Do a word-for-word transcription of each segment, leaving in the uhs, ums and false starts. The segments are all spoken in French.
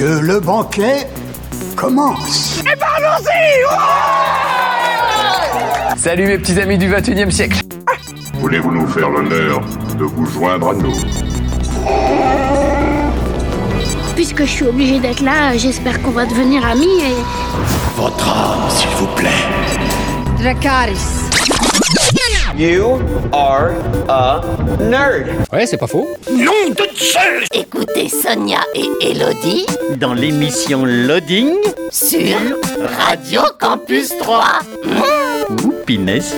que le banquet commence. Eh ben allons-y! Ouais! Salut mes petits amis du vingt et unième siècle. Voulez-vous nous faire l'honneur de vous joindre à nous? Puisque je suis obligée d'être là, j'espère qu'on va devenir amis et... Votre âme, s'il vous plaît. Dracarys. You are a nerd. Ouais, c'est pas faux. Nom de Dieu! Écoutez Sonia et Elodie Dans l'émission Loading sur Radio Campus trois. ou Pinès.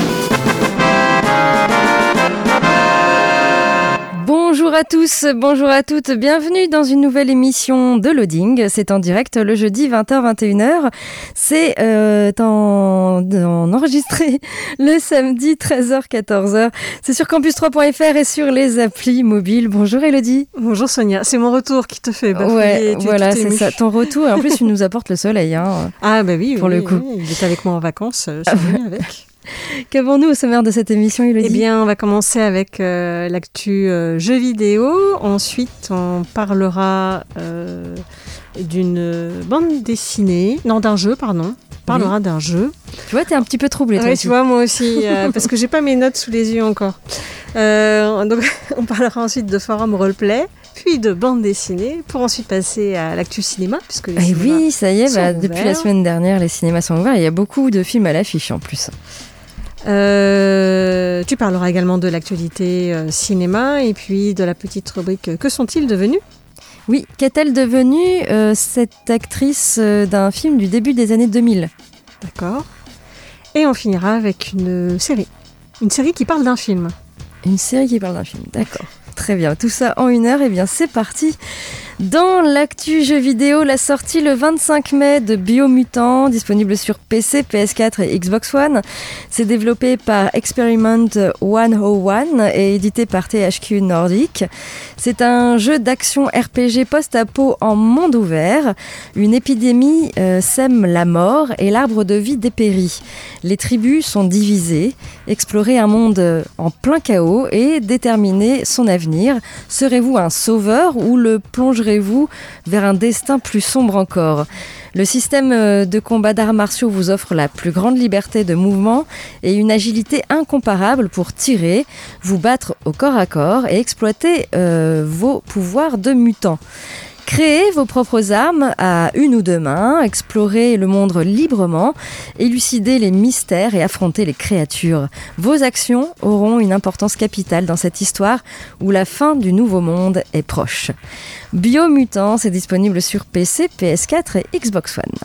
Bonjour à tous, bonjour à toutes, bienvenue dans une nouvelle émission de Loading. C'est en direct le jeudi vingt heures vingt et une heures. C'est euh, en, en enregistré le samedi treize heures quatorze heures. C'est sur campus trois point f r et sur les applis mobiles. Bonjour Elodie. Bonjour Sonia, c'est mon retour qui te fait bafouiller. Ouais, tu, voilà, tu c'est ça, ton retour. Et en plus, tu nous apportes le soleil. Hein, ah bah oui, pour oui, le coup. Oui, il est avec moi en vacances, je suis venue avec. Qu'avons-nous au sommaire de cette émission, Elodie ? Eh bien, on va commencer avec euh, l'actu euh, jeux vidéo. Ensuite, on parlera euh, d'une bande dessinée. Non, d'un jeu, pardon. On parlera oui. d'un jeu. Tu vois, t'es un petit peu troublée, toi Oui, aussi. tu vois, moi aussi, euh, parce que j'ai pas mes notes sous les yeux encore. Euh, donc, on parlera ensuite de forum roleplay, puis de bande dessinée, pour ensuite passer à l'actu cinéma, puisque les Et oui, ça y est, bah, depuis ouverts. la semaine dernière, les cinémas sont ouverts. Il y a beaucoup de films à l'affiche, en plus. Euh, tu parleras également de l'actualité euh, cinéma et puis de la petite rubrique euh, Que sont-ils devenus ? Oui, qu'est-elle devenue euh, cette actrice euh, d'un film du début des années deux mille ? D'accord. Et on finira avec une série. Une série qui parle d'un film. Une série qui parle d'un film, d'accord. Très bien, tout ça en une heure, et bien c'est parti. Dans l'actu jeux vidéo, la sortie le vingt-cinq mai de Biomutant, disponible sur P C, P S quatre et Xbox One. C'est développé par Experiment cent un et édité par T H Q Nordic. C'est un jeu d'action R P G post-apo en monde ouvert. Une épidémie euh, sème la mort et l'arbre de vie dépérit. Les tribus sont divisées. Explorer un monde en plein chaos et déterminer son avenir. Serez-vous un sauveur ou le plongerez-vous vers un destin plus sombre encore ? Le système de combat d'arts martiaux vous offre la plus grande liberté de mouvement et une agilité incomparable pour tirer, vous battre au corps à corps et exploiter euh, vos pouvoirs de mutant. Créez vos propres armes à une ou deux mains, explorez le monde librement, élucidez les mystères et affrontez les créatures. Vos actions auront une importance capitale dans cette histoire où la fin du nouveau monde est proche. Biomutant, c'est disponible sur P C, P S quatre et Xbox One.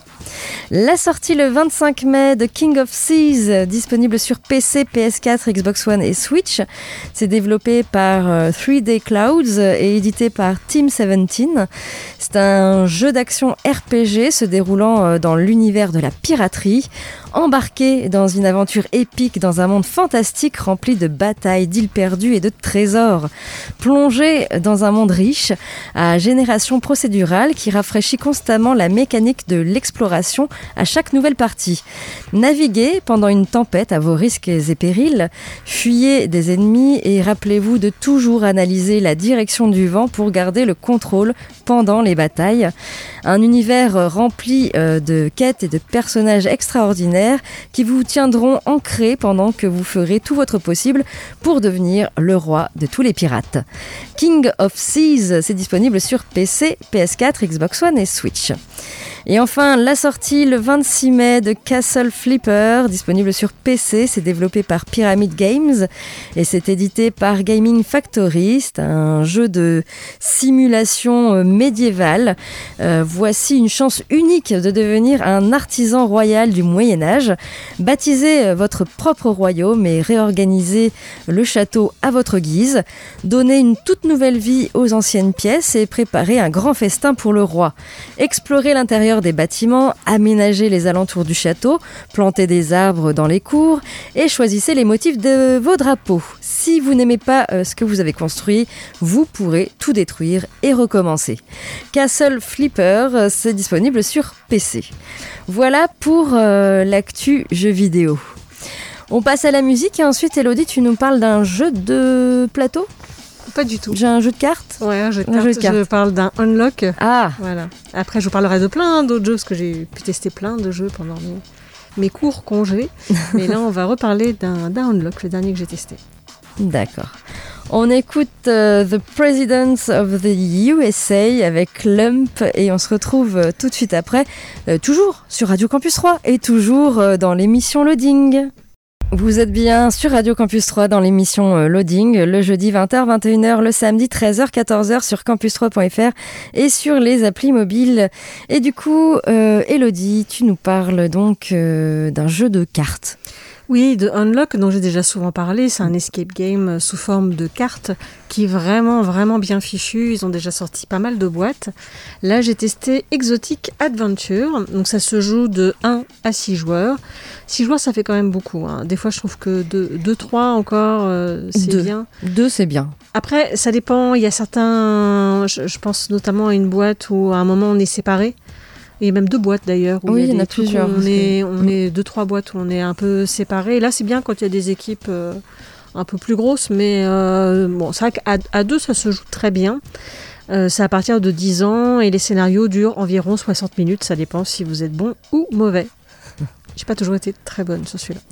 La sortie le vingt-cinq mai de King of Seas, disponible sur P C, P S quatre, Xbox One et Switch. C'est développé par euh, three D Clouds et édité par Team dix-sept. C'est un jeu d'action R P G se déroulant euh, dans l'univers de la piraterie. Embarqué dans une aventure épique dans un monde fantastique rempli de batailles, d'îles perdues et de trésors. Plongé dans un monde riche à génération procédurale qui rafraîchit constamment la mécanique de l'exploration à chaque nouvelle partie. Naviguez pendant une tempête à vos risques et périls. Fuyez des ennemis et rappelez-vous de toujours analyser la direction du vent pour garder le contrôle pendant les batailles. Un univers rempli de quêtes et de personnages extraordinaires qui vous tiendront ancrés pendant que vous ferez tout votre possible pour devenir le roi de tous les pirates. King of Seas, c'est disponible sur P C, P S quatre, Xbox One et Switch. Et enfin, la sortie le vingt-six mai de Castle Flipper, disponible sur P C, c'est développé par Pyramid Games et c'est édité par Gaming Factory. C'est un jeu de simulation médiévale. Euh, voici une chance unique de devenir un artisan royal du Moyen-Âge. Baptisez votre propre royaume et réorganisez le château à votre guise. Donnez une toute nouvelle vie aux anciennes pièces et préparez un grand festin pour le roi. Explorez l'intérieur des bâtiments, aménagez les alentours du château, plantez des arbres dans les cours et choisissez les motifs de vos drapeaux. Si vous n'aimez pas euh, ce que vous avez construit, vous pourrez tout détruire et recommencer. Castle Flipper, c'est disponible sur P C. Voilà pour euh, l'actu jeux vidéo. On passe à la musique et ensuite, Elodie, tu nous parles d'un jeu de plateau ? pas du tout. J'ai un jeu de cartes. Ouais, un jeu de Un cartes. jeu de cartes. Je parle d'un Unlock. Ah, Voilà. Après, je vous parlerai de plein d'autres jeux, parce que j'ai pu tester plein de jeux pendant mes, mes courts congés. Mais là, on va reparler d'un, d'un Unlock, le dernier que j'ai testé. d'accord. On écoute euh, The President of the U S A avec Lump et on se retrouve euh, tout de suite après, euh, toujours sur Radio Campus trois et toujours euh, dans l'émission Loading. Vous êtes bien sur Radio Campus trois dans l'émission euh, Loading, le jeudi vingt heures vingt et une heures, le samedi treize heures quatorze heures sur campus trois point f r et sur les applis mobiles. Et du coup, euh, Elodie, tu nous parles donc euh, d'un jeu de cartes. Oui, de Unlock, dont j'ai déjà souvent parlé, c'est un escape game sous forme de cartes qui est vraiment, vraiment bien fichu. Ils ont déjà sorti pas mal de boîtes. Là, j'ai testé Exotic Adventure. Donc, ça se joue de un à six joueurs. six joueurs, ça fait quand même beaucoup. Hein. Des fois, je trouve que deux trois encore, euh, c'est Deux. bien. Deux, c'est bien. Après, ça dépend. Il y a certains... Je, je pense notamment à une boîte où, à un moment, on est séparés. Il y a même deux boîtes d'ailleurs. Où Oui, il y, il y en des a trucs où plusieurs, On parce est, que- on est deux, trois boîtes où on est un peu séparés. Et là, c'est bien quand il y a des équipes euh, un peu plus grosses. Mais euh, bon, c'est vrai qu'à à deux, ça se joue très bien. Euh, c'est à partir de dix ans et les scénarios durent environ soixante minutes. Ça dépend si vous êtes bon ou mauvais. J'ai pas toujours été très bonne sur celui-là.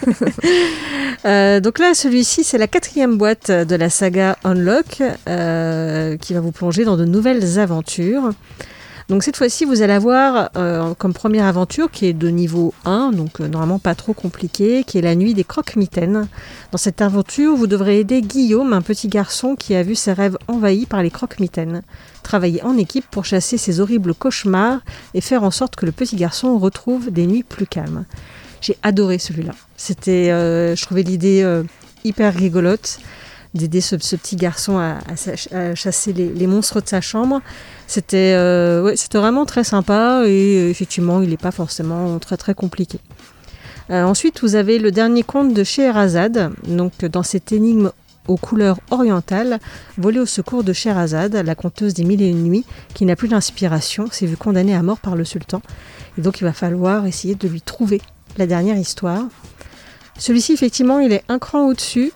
euh, donc là, celui-ci, c'est la quatrième boîte de la saga Unlock euh, qui va vous plonger dans de nouvelles aventures. Donc cette fois-ci, vous allez avoir euh, comme première aventure qui est de niveau un, donc euh, normalement pas trop compliqué, qui est la nuit des croque-mitaines. Dans cette aventure, vous devrez aider Guillaume, un petit garçon qui a vu ses rêves envahis par les croque-mitaines. Travailler en équipe pour chasser ces horribles cauchemars et faire en sorte que le petit garçon retrouve des nuits plus calmes. J'ai adoré celui-là. C'était, euh, je trouvais l'idée euh, hyper rigolote d'aider ce, ce petit garçon à, à, à chasser les, les monstres de sa chambre. C'était, euh, ouais, c'était vraiment très sympa et euh, effectivement, il n'est pas forcément très très compliqué. Euh, ensuite, vous avez le dernier conte de Scheherazade. Donc, dans cette énigme aux couleurs orientales, volée au secours de Scheherazade, la conteuse des mille et une nuits, qui n'a plus d'inspiration, s'est vue condamnée à mort par le sultan. Et donc, il va falloir essayer de lui trouver la dernière histoire. Celui-ci, effectivement, il est un cran au-dessus,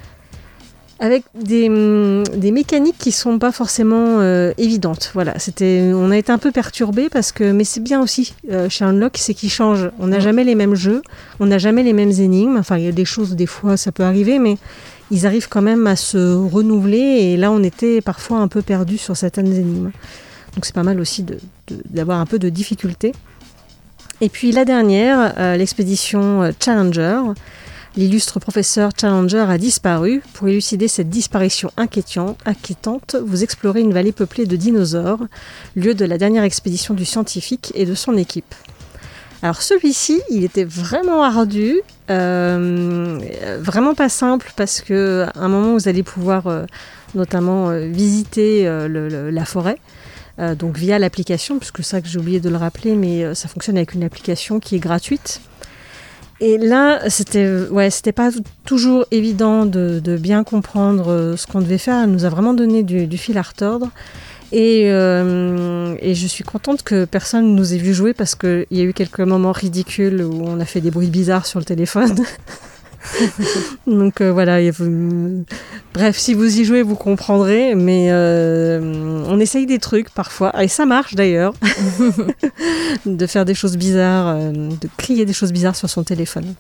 avec des, des mécaniques qui sont pas forcément euh, évidentes. Voilà, c'était, on a été un peu perturbés parce que, mais c'est bien aussi euh, chez Unlock, c'est qu'ils changent. On n'a jamais les mêmes jeux, on n'a jamais les mêmes énigmes. Enfin, il y a des choses, des fois, ça peut arriver, mais ils arrivent quand même à se renouveler. Et là, on était parfois un peu perdus sur certaines énigmes. Donc, c'est pas mal aussi de, de, d'avoir un peu de difficulté. Et puis la dernière, euh, l'expédition Challenger. L'illustre professeur Challenger a disparu. Pour élucider cette disparition inquiétante, vous explorez une vallée peuplée de dinosaures, lieu de la dernière expédition du scientifique et de son équipe. Alors celui-ci, il était vraiment ardu, euh, vraiment pas simple, parce qu'à un moment, vous allez pouvoir euh, notamment euh, visiter euh, le, le, la forêt, euh, donc via l'application, puisque c'est ça que j'ai oublié de le rappeler, mais euh, ça fonctionne avec une application qui est gratuite. Et là, c'était, ouais, c'était pas t- toujours évident de, de bien comprendre euh, ce qu'on devait faire. Elle nous a vraiment donné du, du fil à retordre. Et, euh, et je suis contente que personne ne nous ait vu jouer parce qu'il y a eu quelques moments ridicules où on a fait des bruits bizarres sur le téléphone. Donc euh, voilà, y a, vous... bref, si vous y jouez, vous comprendrez, mais euh, on essaye des trucs parfois, et ça marche d'ailleurs, de faire des choses bizarres, euh, de crier des choses bizarres sur son téléphone.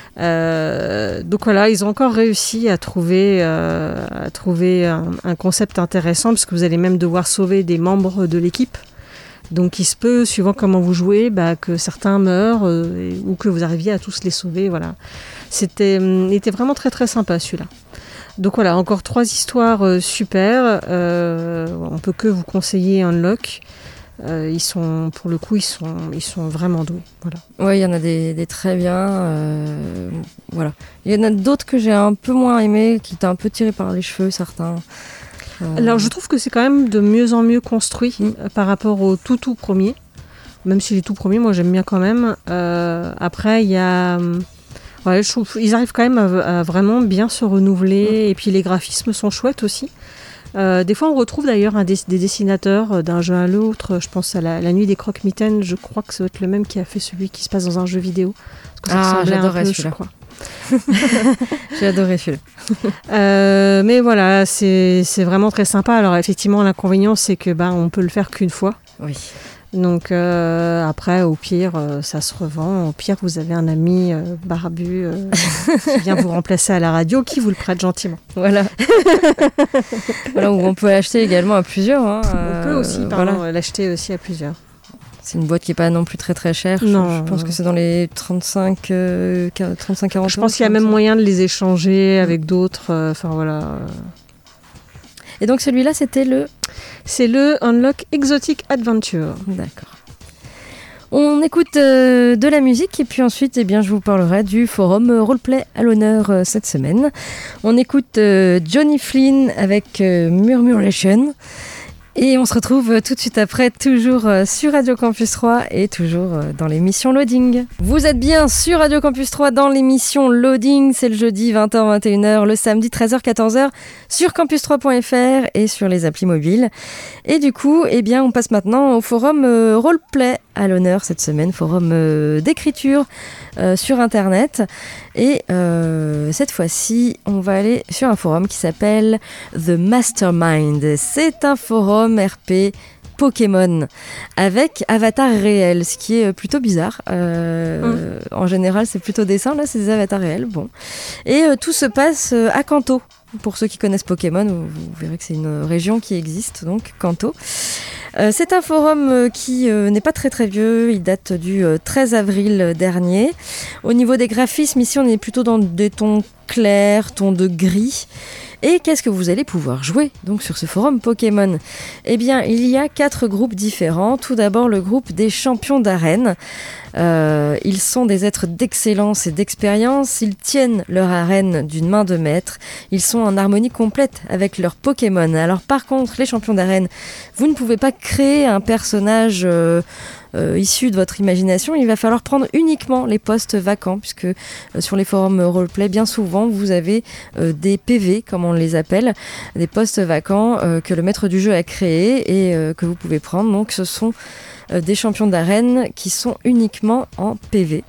Euh, donc voilà, ils ont encore réussi à trouver, euh, à trouver un, un concept intéressant, parce que vous allez même devoir sauver des membres de l'équipe. Donc il se peut, suivant comment vous jouez, bah, que certains meurent euh, ou que vous arriviez à tous les sauver. Voilà. C'était, il était vraiment très très sympa celui-là. Donc voilà, encore trois histoires euh, super. Euh, on peut que vous conseiller Unlock. Euh, ils sont, pour le coup, ils sont, ils sont vraiment doués. Voilà. Oui, il y en a des, des très bien. Euh, voilà. Il y en a d'autres que j'ai un peu moins aimés, qui étaient un peu tirés par les cheveux, certains. Euh... Alors je trouve que c'est quand même de mieux en mieux construit mmh. euh, par rapport au tout tout premier. Même si les tout premiers, moi j'aime bien quand même. Euh, après, il y a... Ouais, je trouve ils arrivent quand même à, à vraiment bien se renouveler. Mmh. Et puis les graphismes sont chouettes aussi. Euh, des fois, on retrouve d'ailleurs un des, des dessinateurs d'un jeu à l'autre. Je pense à la, la Nuit des Croque-Mitaines. Je crois que ça va être le même qui a fait celui qui se passe dans un jeu vidéo. Parce que ça ah, ressemblait j'adorais un peu, celui-là. je crois. J'ai adoré celui-là. euh, mais voilà, c'est, c'est vraiment très sympa. Alors effectivement, l'inconvénient, c'est que bah, on peut le faire qu'une fois. Oui. Donc euh, après, au pire, euh, ça se revend. Au pire, vous avez un ami euh, barbu euh, qui vient vous remplacer à la radio, qui vous le prête gentiment. Voilà. Voilà, où on peut l'acheter également à plusieurs. Hein. On peut aussi, pardon, voilà. l'acheter aussi à plusieurs. C'est une boîte qui n'est pas non plus très très chère. Non. Je, je pense que c'est dans les trente-cinq à quarante. Je pense qu'il y a même moyen de les échanger avec d'autres. Enfin euh, voilà. Et donc celui-là, c'était le... C'est le Unlock Exotic Adventure. D'accord. On écoute euh, de la musique et puis ensuite, eh bien, je vous parlerai du forum euh, Roleplay à l'honneur euh, cette semaine. On écoute euh, Johnny Flynn avec euh, Murmuration. Et on se retrouve tout de suite après, toujours sur Radio Campus trois et toujours dans l'émission Loading. Vous êtes bien sur Radio Campus trois dans l'émission Loading, c'est le jeudi vingt heures vingt et une heures, le samedi treize heures quatorze heures sur campus trois point f r et sur les applis mobiles. Et du coup, eh bien, on passe maintenant au forum euh, Roleplay à l'honneur cette semaine, forum euh, d'écriture euh, sur Internet. Et euh, cette fois-ci, on va aller sur un forum qui s'appelle The Mastermind. C'est un forum R P Pokémon avec avatar réel, ce qui est plutôt bizarre. Euh, mmh. En général, c'est plutôt dessin, là, c'est des avatars réels. Bon. Et euh, tout se passe euh, à Kanto. Pour ceux qui connaissent Pokémon, vous, vous verrez que c'est une région qui existe, donc Kanto. Euh, c'est un forum euh, qui euh, n'est pas très très vieux, il date du euh, treize avril dernier. Au niveau des graphismes, ici on est plutôt dans des tons clairs, tons de gris. Et qu'est-ce que vous allez pouvoir jouer donc sur ce forum Pokémon ? Eh bien, il y a quatre groupes différents. Tout d'abord, le groupe des champions d'arène. Euh, ils sont des êtres d'excellence et d'expérience. Ils tiennent leur arène d'une main de maître. Ils sont en harmonie complète avec leurs Pokémon. Alors par contre, les champions d'arène, vous ne pouvez pas créer un personnage euh, euh, issu de votre imagination. Il va falloir prendre uniquement les postes vacants, puisque euh, sur les forums roleplay, bien souvent, vous avez euh, des P V, comme on les appelle, des postes vacants euh, que le maître du jeu a créés et euh, que vous pouvez prendre. Donc ce sont euh, des champions d'arène qui sont uniquement en P V.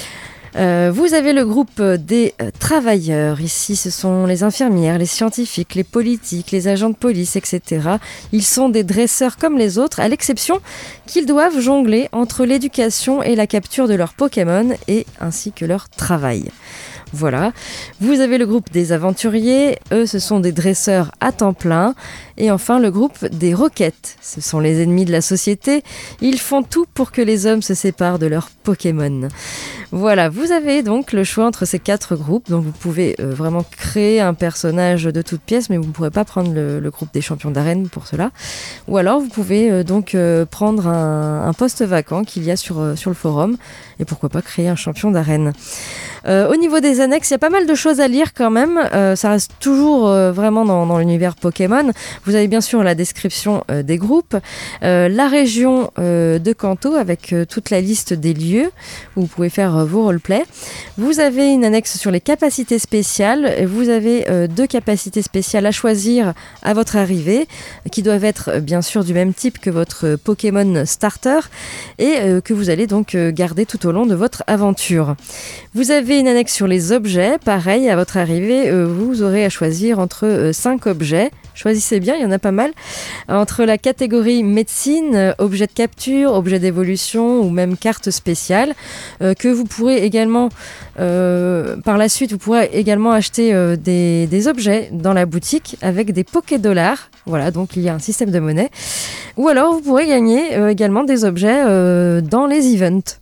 Euh, vous avez le groupe des euh, travailleurs. Ici, ce sont les infirmières, les scientifiques, les politiques, les agents de police, et cetera. Ils sont des dresseurs comme les autres, à l'exception qu'ils doivent jongler entre l'éducation et la capture de leurs Pokémon, et ainsi que leur travail. Voilà. Vous avez le groupe des aventuriers. Eux, ce sont des dresseurs à temps plein. Et enfin, le groupe des roquettes. Ce sont les ennemis de la société. Ils font tout pour que les hommes se séparent de leurs Pokémon. Voilà, vous avez donc le choix entre ces quatre groupes. Donc vous pouvez euh, vraiment créer un personnage de toute pièce, mais vous ne pourrez pas prendre le, le groupe des champions d'arène pour cela. Ou alors vous pouvez euh, donc euh, prendre un, un poste vacant qu'il y a sur, euh, sur le forum. Et pourquoi pas créer un champion d'arène. Euh, au niveau des annexes, il y a pas mal de choses à lire quand même. Euh, ça reste toujours euh, vraiment dans, dans l'univers Pokémon. Vous avez bien sûr la description euh, des groupes, euh, la région euh, de Kanto avec euh, toute la liste des lieux où vous pouvez faire euh, vos roleplays. Vous avez une annexe sur les capacités spéciales. Vous avez euh, deux capacités spéciales à choisir à votre arrivée, qui doivent être euh, bien sûr du même type que votre Pokémon starter et euh, que vous allez donc euh, garder tout au long de votre aventure. Vous avez une annexe sur les objets. Pareil, à votre arrivée, euh, vous aurez à choisir entre euh, cinq objets. Choisissez bien, il y en a pas mal. Entre la catégorie médecine, euh, objet de capture, objet d'évolution ou même carte spéciale, euh, que vous pourrez également, euh, par la suite, vous pourrez également acheter euh, des, des objets dans la boutique avec des Poké-dollars. Voilà, donc il y a un système de monnaie. Ou alors, vous pourrez gagner euh, également des objets euh, dans les events.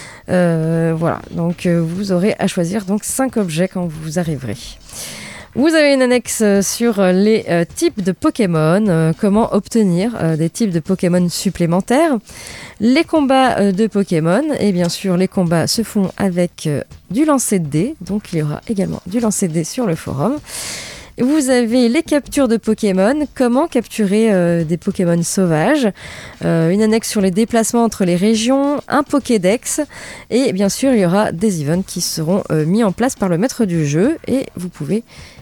Euh, voilà, donc euh, vous aurez à choisir donc cinq objets quand vous arriverez. Vous avez une annexe sur les euh, types de Pokémon, euh, comment obtenir euh, des types de Pokémon supplémentaires, les combats euh, de Pokémon, et bien sûr les combats se font avec euh, du lancer de dés, donc il y aura également du lancer de dés sur le forum. Vous avez les captures de Pokémon, comment capturer euh, des Pokémon sauvages, euh, une annexe sur les déplacements entre les régions, un Pokédex, et bien sûr il y aura des events qui seront euh, mis en place par le maître du jeu, et vous pouvez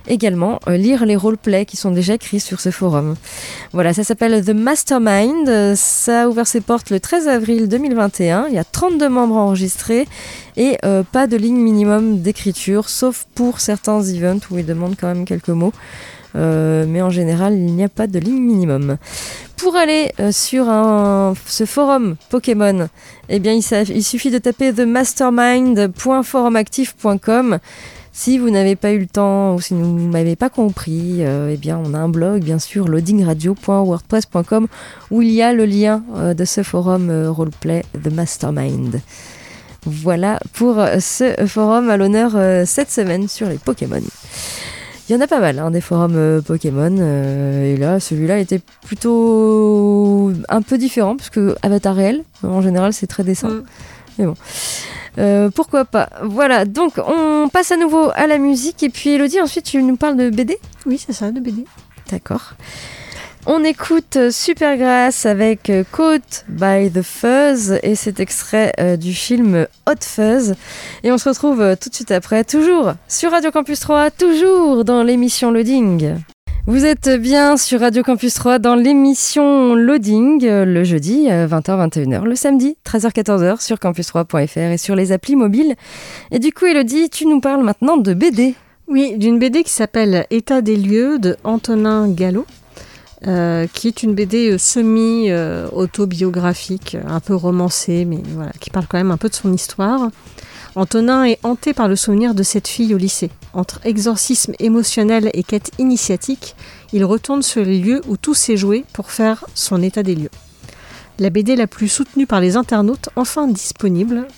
également euh, lire les roleplays qui sont déjà écrits sur ce forum. Voilà, ça s'appelle The Mastermind. Ça a ouvert ses portes le treize avril deux mille vingt et un. Il y a trente-deux membres enregistrés et euh, pas de ligne minimum d'écriture, sauf pour certains events où ils demandent quand même quelques mots. Euh, mais en général, il n'y a pas de ligne minimum. Pour aller euh, sur un, ce forum Pokémon, eh bien, il, il suffit de taper the mastermind point forum actif point com. Si vous n'avez pas eu le temps ou si vous ne m'avez pas compris, euh, eh bien, on a un blog, bien sûr, loading radio point wordpress point com, où il y a le lien euh, de ce forum euh, roleplay The Mastermind. Voilà pour ce forum à l'honneur euh, cette semaine sur les Pokémon. Il y en a pas mal, hein, des forums euh, Pokémon, euh, et là, celui-là était plutôt un peu différent, parce que Avatar réel, en général, c'est très dessin. Mm. Mais bon, euh, pourquoi pas. Voilà, donc on passe à nouveau à la musique, et puis Elodie, ensuite, tu nous parles de B D ? Oui, c'est ça, de B D. D'accord. On écoute Supergrass avec Caught by the Fuzz et cet extrait euh, du film Hot Fuzz. Et on se retrouve euh, tout de suite après, toujours sur Radio Campus trois, toujours dans l'émission Loading. Vous êtes bien sur Radio Campus trois dans l'émission Loading, euh, le jeudi euh, vingt heures vingt et une heures, le samedi treize heures quatorze heures sur campus trois point f r et sur les applis mobiles. Et du coup, Elodie, tu nous parles maintenant de B D. Oui, d'une B D qui s'appelle État des lieux de Antonin Gallo. Euh, qui est une B D semi-autobiographique, un peu romancée, mais voilà, qui parle quand même un peu de son histoire. Antonin est hanté par le souvenir de cette fille au lycée. Entre exorcisme émotionnel et quête initiatique, il retourne sur les lieux où tout s'est joué pour faire son état des lieux. La B D la plus soutenue par les internautes, enfin disponible.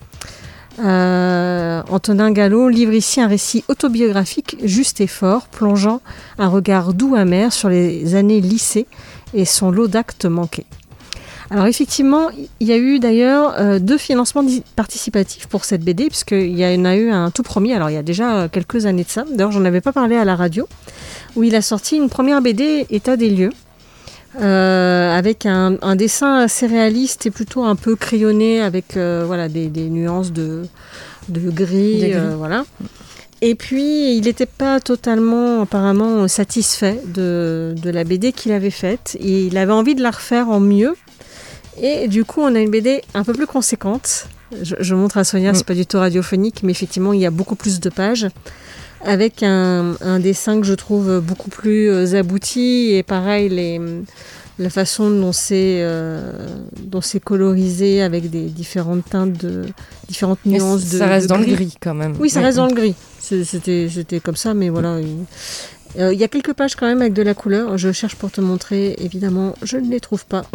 Euh, Antonin Gallo livre ici un récit autobiographique juste et fort, plongeant un regard doux amer sur les années lycée et son lot d'actes manqués. Alors effectivement, il y a eu d'ailleurs euh, deux financements participatifs pour cette B D, puisqu'il y en a eu un tout premier, alors il y a déjà quelques années de ça, d'ailleurs j'en avais pas parlé à la radio, où il a sorti une première B D état des lieux, Euh, avec un, un dessin assez réaliste et plutôt un peu crayonné avec euh, voilà, des, des nuances de, de gris, de gris. Euh, voilà. Et puis il n'était pas totalement apparemment satisfait de, de la B D qu'il avait faite et il avait envie de la refaire en mieux, et du coup on a une B D un peu plus conséquente. Je, je montre à Sonia, mmh. c'est pas du tout radiophonique, mais effectivement il y a beaucoup plus de pages, avec un, un dessin que je trouve beaucoup plus abouti, et pareil, les, la façon dont c'est, euh, dont c'est colorisé avec des différentes teintes, de, différentes nuances de ça reste de dans gris. le gris quand même. Oui, ça ouais. reste dans le gris. C'était, c'était comme ça, mais voilà. Il euh, y a quelques pages quand même avec de la couleur. Je cherche pour te montrer, évidemment, je ne les trouve pas.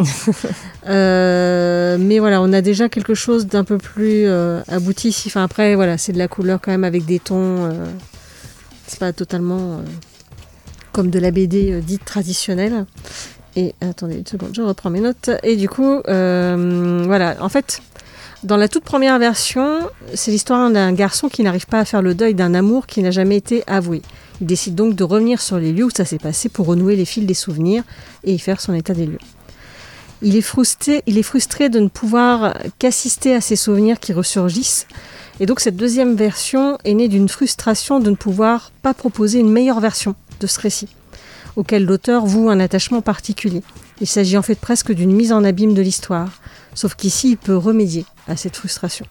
euh, mais voilà, on a déjà quelque chose d'un peu plus euh, abouti ici. Enfin, après, voilà, c'est de la couleur quand même avec des tons... Euh, c'est pas totalement euh, comme de la B D euh, dite traditionnelle. Et attendez une seconde, je reprends mes notes. Et du coup, euh, voilà, en fait, dans la toute première version, c'est l'histoire d'un garçon qui n'arrive pas à faire le deuil d'un amour qui n'a jamais été avoué. Il décide donc de revenir sur les lieux où ça s'est passé pour renouer les fils des souvenirs et y faire son état des lieux. Il est frustré, il est frustré de ne pouvoir qu'assister à ces souvenirs qui ressurgissent. Et donc cette deuxième version est née d'une frustration de ne pouvoir pas proposer une meilleure version de ce récit, auquel l'auteur voue un attachement particulier. Il s'agit en fait presque d'une mise en abîme de l'histoire, sauf qu'ici il peut remédier à cette frustration.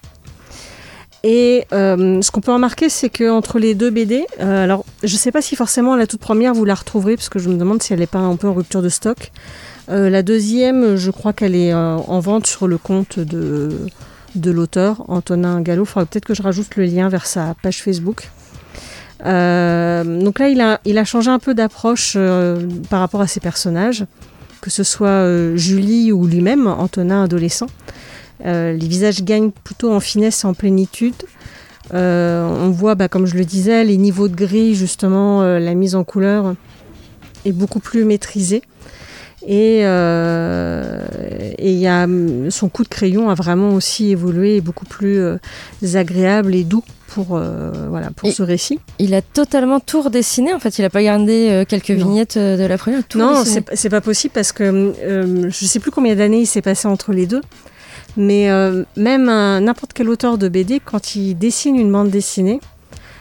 Et euh, ce qu'on peut remarquer, c'est qu'entre les deux B D, euh, alors je ne sais pas si forcément la toute première vous la retrouverez, parce que je me demande si elle n'est pas un peu en rupture de stock. Euh, la deuxième, je crois qu'elle est euh, en vente sur le compte de... de l'auteur, Antonin Gallo. Il faudrait peut-être que je rajoute le lien vers sa page Facebook. Euh, donc là, il a, il a changé un peu d'approche euh, par rapport à ses personnages, que ce soit euh, Julie ou lui-même, Antonin adolescent. Euh, les visages gagnent plutôt en finesse et en plénitude. Euh, on voit, bah, comme je le disais, les niveaux de gris, justement, euh, la mise en couleur est beaucoup plus maîtrisée. Et euh, et y a, son coup de crayon a vraiment aussi évolué, et beaucoup plus euh, agréable et doux pour, euh, voilà, pour ce récit. Il a totalement tout redessiné, en fait, il n'a pas gardé euh, quelques non. vignettes de la première. Tout non, c'est, c'est pas possible, parce que euh, je ne sais plus combien d'années il s'est passé entre les deux, mais euh, même un, n'importe quel auteur de B D, quand il dessine une bande dessinée,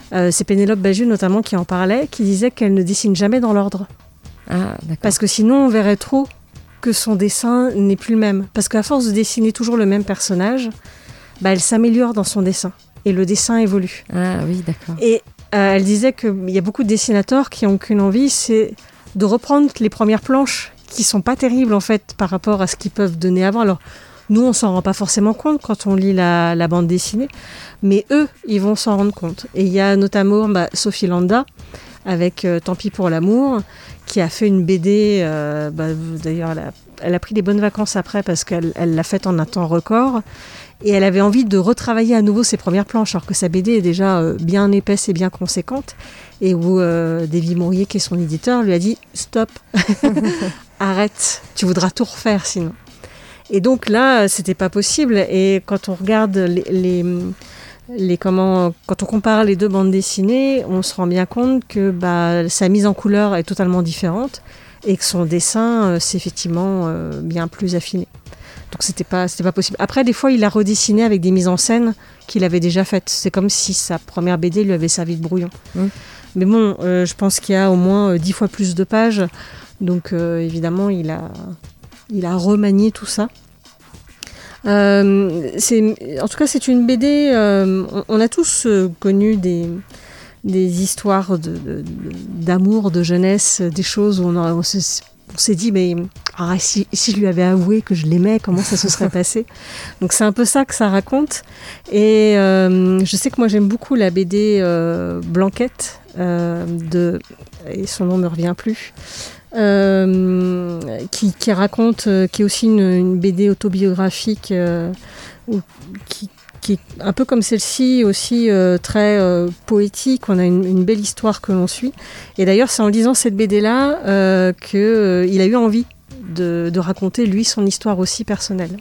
Euh, c'est Pénélope Bagieux notamment qui en parlait, qui disait qu'elle ne dessine jamais dans l'ordre. Ah, d'accord. Parce que sinon, on verrait trop que son dessin n'est plus le même. Parce qu'à force de dessiner toujours le même personnage, bah, elle s'améliore dans son dessin. Et le dessin évolue. Ah oui, d'accord. Et euh, elle disait qu'il y a beaucoup de dessinateurs qui n'ont qu'une envie, c'est de reprendre les premières planches qui sont pas terribles en fait par rapport à ce qu'ils peuvent donner avant. Alors, nous, on s'en rend pas forcément compte quand on lit la, la bande dessinée, mais eux, ils vont s'en rendre compte. Et il y a notamment bah, Sophie Landa, avec euh, Tant pis pour l'amour, qui a fait une B D, euh, bah, d'ailleurs, elle a, elle a pris des bonnes vacances après parce qu'elle elle l'a faite en un temps record, et elle avait envie de retravailler à nouveau ses premières planches, alors que sa B D est déjà euh, bien épaisse et bien conséquente, et où euh, Davy Mourier, qui est son éditeur, lui a dit « Stop, arrête, tu voudras tout refaire sinon ». Et donc là, c'était pas possible. Et quand on regarde les, les, les comment, quand on compare les deux bandes dessinées, on se rend bien compte que bah, sa mise en couleur est totalement différente et que son dessin, euh, c'est effectivement euh, bien plus affiné. Donc c'était pas, c'était pas possible. Après, des fois, il a redessiné avec des mises en scène qu'il avait déjà faites. C'est comme si sa première B D lui avait servi de brouillon. Mmh. Mais bon, euh, je pense qu'il y a au moins euh, dix fois plus de pages. Donc euh, évidemment, il a... Il a remanié tout ça. Euh, c'est, en tout cas, c'est une B D. Euh, on, on a tous euh, connu des, des histoires de, de, d'amour, de jeunesse, des choses où on, a, on, se, on s'est dit, mais ah, si, si je lui avais avoué que je l'aimais, comment ça se serait passé ? Donc c'est un peu ça que ça raconte. Et euh, je sais que moi j'aime beaucoup la B D euh, Blanquette, euh, de, et son nom ne me revient plus. Euh, qui, qui raconte, euh, qui est aussi une, une B D autobiographique, euh, où, qui, qui est un peu comme celle-ci, aussi euh, très euh, poétique. On a une, une belle histoire que l'on suit. Et d'ailleurs, c'est en lisant cette B D-là euh, qu'il euh, a eu envie de, de raconter, lui, son histoire aussi personnelle.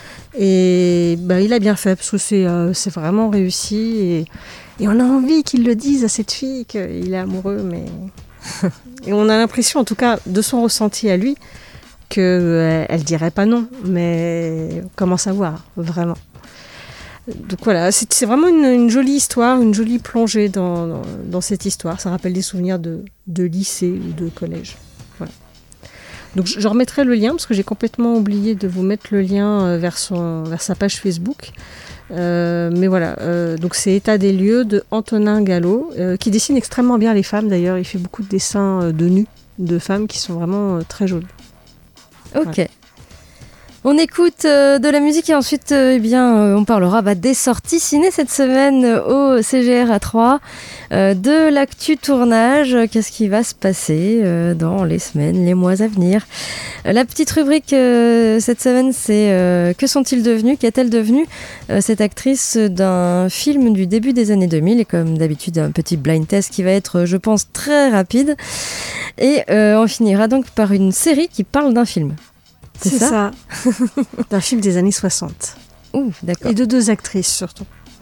Et bah, il a bien fait, parce que c'est, euh, c'est vraiment réussi. Et, et on a envie qu'il le dise à cette fille qu'il est amoureux, mais... Et on a l'impression, en tout cas, de son ressenti à lui, qu'elle euh, ne dirait pas non, mais on commence à voir, vraiment. Donc voilà, c'est, c'est vraiment une, une jolie histoire, une jolie plongée dans, dans, dans cette histoire. Ça rappelle des souvenirs de, de lycée ou de collège. Voilà. Donc je, je remettrai le lien, parce que j'ai complètement oublié de vous mettre le lien vers, son, vers sa page Facebook. Euh, mais voilà, euh, donc c'est État des lieux de Antonin Gallo, euh, qui dessine extrêmement bien les femmes d'ailleurs. Il fait beaucoup de dessins euh, de nus de femmes qui sont vraiment euh, très jolis. Ok. Voilà. On écoute euh, de la musique et ensuite euh, eh bien, euh, on parlera bah, des sorties ciné cette semaine au C G R A trois, euh, de l'actu tournage, qu'est-ce qui va se passer euh, dans les semaines, les mois à venir. Euh, la petite rubrique euh, cette semaine, c'est euh, que sont-ils devenus, qu'est-elle devenue euh, cette actrice d'un film du début des années deux mille, et comme d'habitude un petit blind test qui va être, je pense, très rapide. Et euh, on finira donc par une série qui parle d'un film. C'est, c'est ça, ça. D'un film des années soixante. Ouh, d'accord. Et de deux actrices surtout.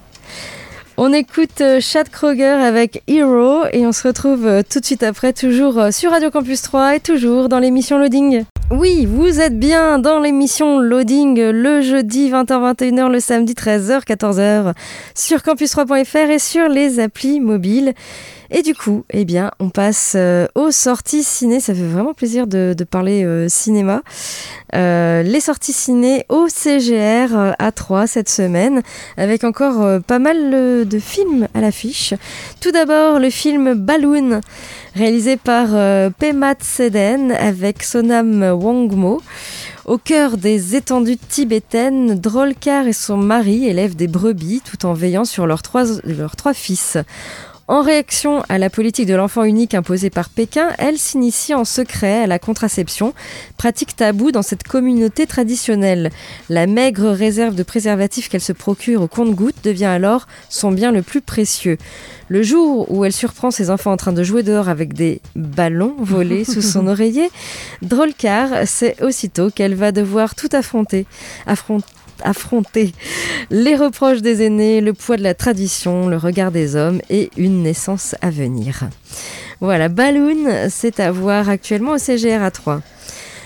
On écoute Chad Kroeger avec Hero et on se retrouve tout de suite après, toujours sur Radio Campus trois et toujours dans l'émission Loading. Oui, vous êtes bien dans l'émission Loading le jeudi vingt heures vingt et une heures, le samedi treize heures quatorze heures sur campus trois point f r et sur les applis mobiles. Et du coup, eh bien, on passe euh, aux sorties ciné. Ça fait vraiment plaisir de, de parler euh, cinéma. Euh, les sorties ciné au C G R A trois cette semaine, avec encore euh, pas mal euh, de films à l'affiche. Tout d'abord, le film Balloon, réalisé par euh, Pema Tseden avec Sonam Wangmo. Au cœur des étendues tibétaines, Drolkar et son mari élèvent des brebis tout en veillant sur leurs trois, leurs trois fils. En réaction à la politique de l'enfant unique imposée par Pékin, elle s'initie en secret à la contraception, pratique taboue dans cette communauté traditionnelle. La maigre réserve de préservatifs qu'elle se procure au compte-gouttes devient alors son bien le plus précieux. Le jour où elle surprend ses enfants en train de jouer dehors avec des ballons volés sous son oreiller, Drolkar sait aussitôt qu'elle va devoir tout affronter. affronter affronter les reproches des aînés, le poids de la tradition, le regard des hommes et une naissance à venir. Voilà, Balloon, c'est à voir actuellement au C G R A trois.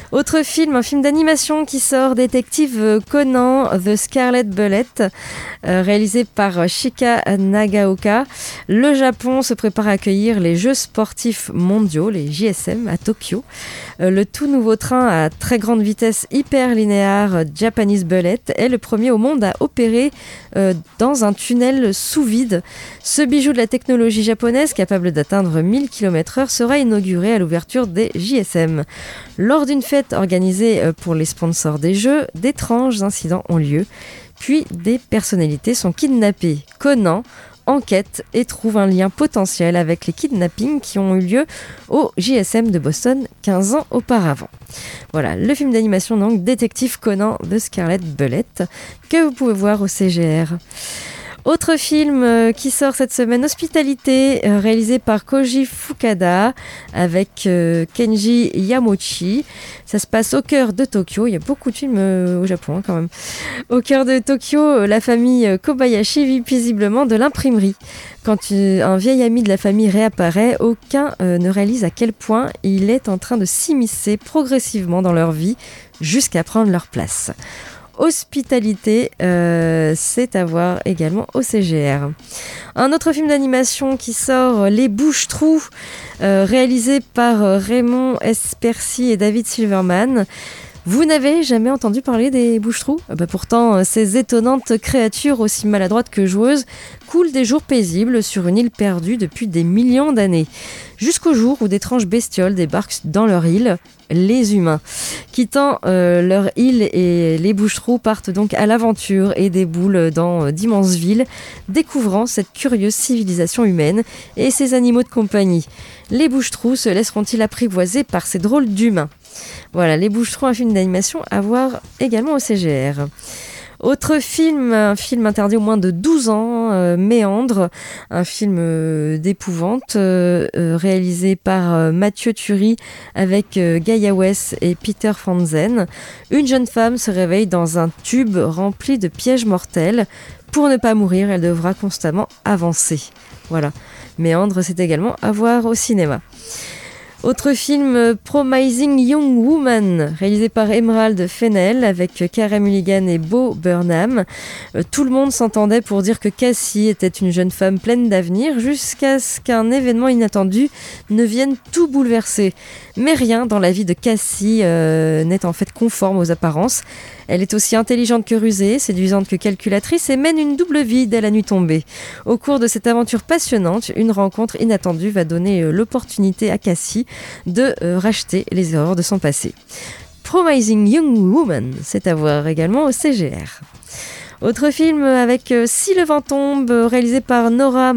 Autre film, un film d'animation qui sort, Détective Conan, The Scarlet Bullet, euh, réalisé par Shika Nagaoka. Le Japon se prépare à accueillir les Jeux sportifs mondiaux, les J S M, à Tokyo. Euh, le tout nouveau train à très grande vitesse hyperlinéaire Japanese Bullet est le premier au monde à opérer euh, dans un tunnel sous vide. Ce bijou de la technologie japonaise, capable d'atteindre mille kilomètres heure, sera inauguré à l'ouverture des J S M. Lors d'une fête organisée pour les sponsors des Jeux, d'étranges incidents ont lieu, puis des personnalités sont kidnappées. Conan enquête et trouve un lien potentiel avec les kidnappings qui ont eu lieu au J S M de Boston quinze ans auparavant. Voilà, le film d'animation donc Détective Conan de Scarlet Bullet que vous pouvez voir au C G R. Autre film euh, qui sort cette semaine, Hospitalité, euh, réalisé par Koji Fukada avec euh, Kenji Yamochi. Ça se passe au cœur de Tokyo. Il y a beaucoup de films euh, au Japon hein, quand même. Au cœur de Tokyo, euh, la famille euh, Kobayashi vit paisiblement de l'imprimerie. Quand euh, un vieil ami de la famille réapparaît, aucun euh, ne réalise à quel point il est en train de s'immiscer progressivement dans leur vie jusqu'à prendre leur place. Hospitalité, euh, c'est à voir également au C G R. Un autre film d'animation qui sort, Les Bouches-Trous, euh, réalisé par Raymond S. Percy et David Silverman. Vous n'avez jamais entendu parler des Bouches-Trous ? Bah pourtant, ces étonnantes créatures aussi maladroites que joueuses coulent des jours paisibles sur une île perdue depuis des millions d'années. Jusqu'au jour où d'étranges bestioles débarquent dans leur île, les humains. Quittant euh, leur île, et les Bouches-Trous partent donc à l'aventure et déboulent dans euh, d'immenses villes, découvrant cette curieuse civilisation humaine et ses animaux de compagnie. Les Bouches-Trous se laisseront-ils apprivoiser par ces drôles d'humains ? Voilà, Les Bouches-Trous, un film d'animation à voir également au C G R. Autre film, un film interdit au moins de douze ans, euh, Méandre, un film euh, d'épouvante euh, euh, réalisé par euh, Mathieu Turi avec euh, Gaia Wess et Peter Franzen. Une jeune femme se réveille dans un tube rempli de pièges mortels. Pour ne pas mourir, elle devra constamment avancer. Voilà, Méandre, c'est également à voir au cinéma. Autre film, Promising Young Woman, réalisé par Emerald Fennell avec Carey Mulligan et Bo Burnham. Euh, tout le monde s'entendait pour dire que Cassie était une jeune femme pleine d'avenir jusqu'à ce qu'un événement inattendu ne vienne tout bouleverser. Mais rien dans la vie de Cassie euh, n'est en fait conforme aux apparences. Elle est aussi intelligente que rusée, séduisante que calculatrice et mène une double vie dès la nuit tombée. Au cours de cette aventure passionnante, une rencontre inattendue va donner euh, l'opportunité à Cassie de euh, racheter les erreurs de son passé. Promising Young Woman, c'est à voir également au C G R. Autre film avec euh, Si le vent tombe, réalisé par Nora